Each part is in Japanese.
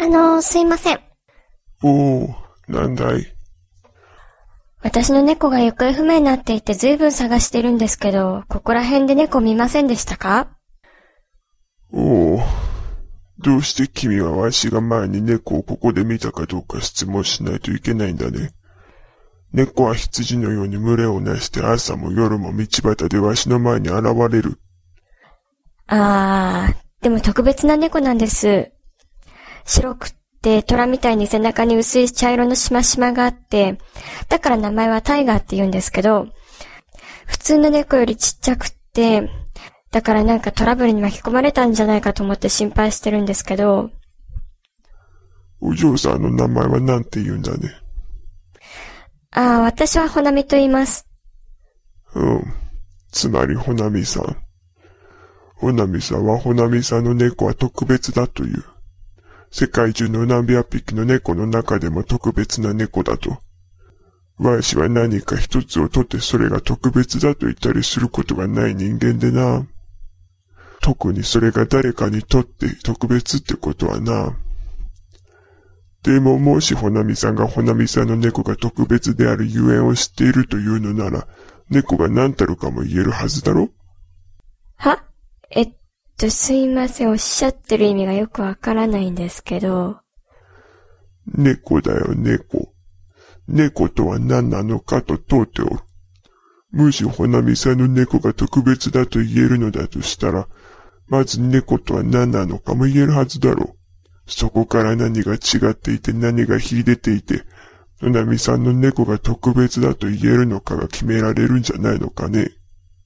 すいません。 おー、なんだい？ 私の猫が行方不明になっていて随分探してるんですけど、ここら辺で猫見ませんでしたか？ おー、どうして君はわしが前に猫をここで見たかどうか質問しないといけないんだね。猫は羊のように群れをなして朝も夜も道端でわしの前に現れる。 でも特別な猫なんです。白くって虎みたいに背中に薄い茶色のしましまがあって、だから名前はタイガーって言うんですけど、普通の猫よりちっちゃくって、だからなんかトラブルに巻き込まれたんじゃないかと思って心配してるんですけど。 お嬢さんの名前はなんて言うんだね。 私はほなみと言います。 つまりほなみさん。ほなみさんはほなみさんの猫は特別だという。世界中の何百匹の猫の中でも特別な猫だと。わしは何か一つをとってそれが特別だと言ったりすることがない人間でな。特にそれが誰かにとって特別ってことはな。でももしほなみさんがほなみさんの猫が特別であるゆえんを知っているというのなら、猫が何たるかも言えるはずだろ？ すいません。おっしゃってる意味がよくわからないんですけど。 猫だよ、猫。猫とは何なのかと問うておる。もしほなみさんの猫が特別だと言えるのだとしたら、まず猫とは何なのかも言えるはずだろう。そこから何が違っていて何が秀でていて、ほなみさんの猫が特別だと言えるのかが決められるんじゃないのかね。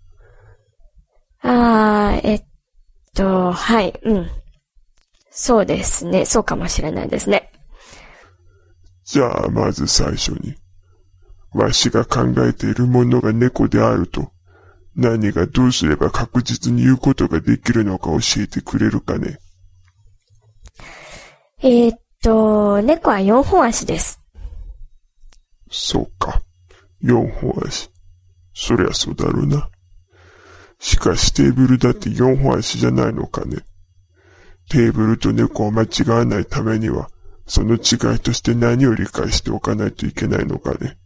はい、そうですね。そうかもしれないですね。 じゃあ、まず最初に、わしが考えているものが猫であると、何がどうすれば確実に言うことができるのか教えてくれるかね。 猫は4本足です。 そうか。4本足。そりゃそうだろうな。しかしテーブルだって4本足じゃないのかね。テーブルと猫を間違わないためには、その違いとして何を理解しておかないといけないのかね。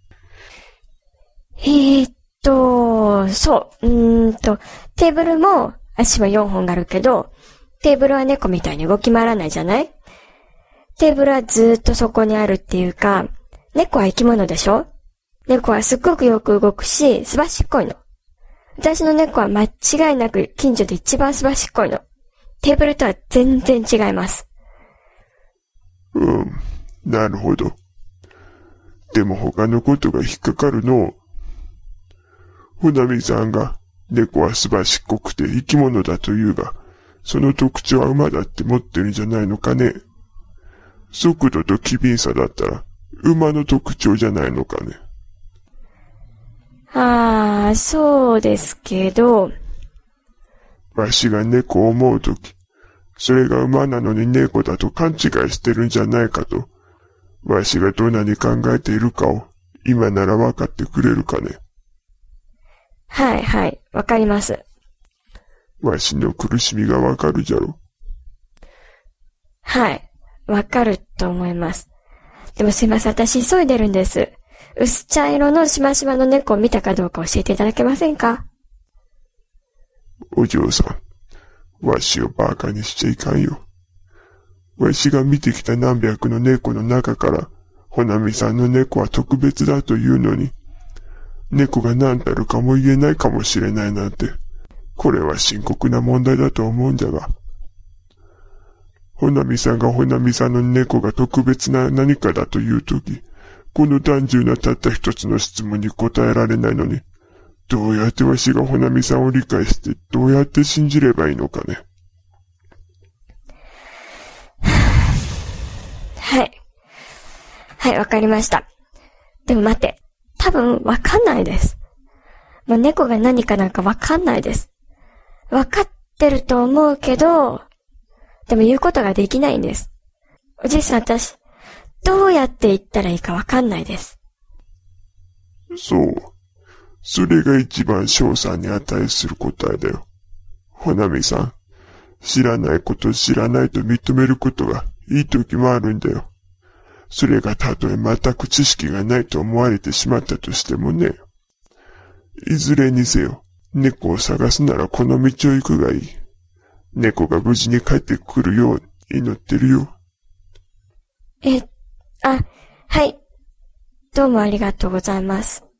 そう。テーブルも足は4本があるけど、テーブルは猫みたいに動き回らないじゃない？テーブルはずーっとそこにあるっていうか、猫は生き物でしょ？猫はすっごくよく動くし、すばしっこいの。私の猫は間違いなく近所で一番すばしっこいの。テーブルとは全然違います。 なるほど。でも他のことが引っかかるの。ほなみさんが猫はすばしっこくて生き物だというが、その特徴は馬だって持ってるんじゃないのかね。速度と機敏さだったら馬の特徴じゃないのかね。 そうですけど。 わしが猫を思うとき、それが馬なのに猫だと勘違いしてるんじゃないかと、わしがどんなに考えているかを今ならわかってくれるかね。 はい、わかります。 わしの苦しみがわかるじゃろ。 はい、わかると思います。でもすいません、私急いでるんです。薄茶色のしましまの猫を見たかどうか教えていただけませんか？ お嬢さん、わしをバカにしちゃいかんよ。わしが見てきた何百の猫の中から、ほなみさんの猫は特別だというのに、猫が何たるかも言えないかもしれないなんて、これは深刻な問題だと思うんだが。ほなみさんがほなみさんの猫が特別な何かだというとき、この単純なたった一つの質問に答えられないのに、どうやってわしがほなみさんを理解してどうやって信じればいいのかね。 はい、わかりました。でも待って、多分わかんないです。もう猫が何かなんかわかんないです。わかってると思うけど、でも言うことができないんです。おじいさん、私、どうやって言ったらいいかわかんないです。 そう。それが一番賞賛に値する答えだよ。ほなみさん、知らないことを知らないと認めることがいい時もあるんだよ。それがたとえ全く知識がないと思われてしまったとしてもね。いずれにせよ、猫を探すならこの道を行くがいい。猫が無事に帰ってくるよう祈ってるよ。 はい。どうもありがとうございます。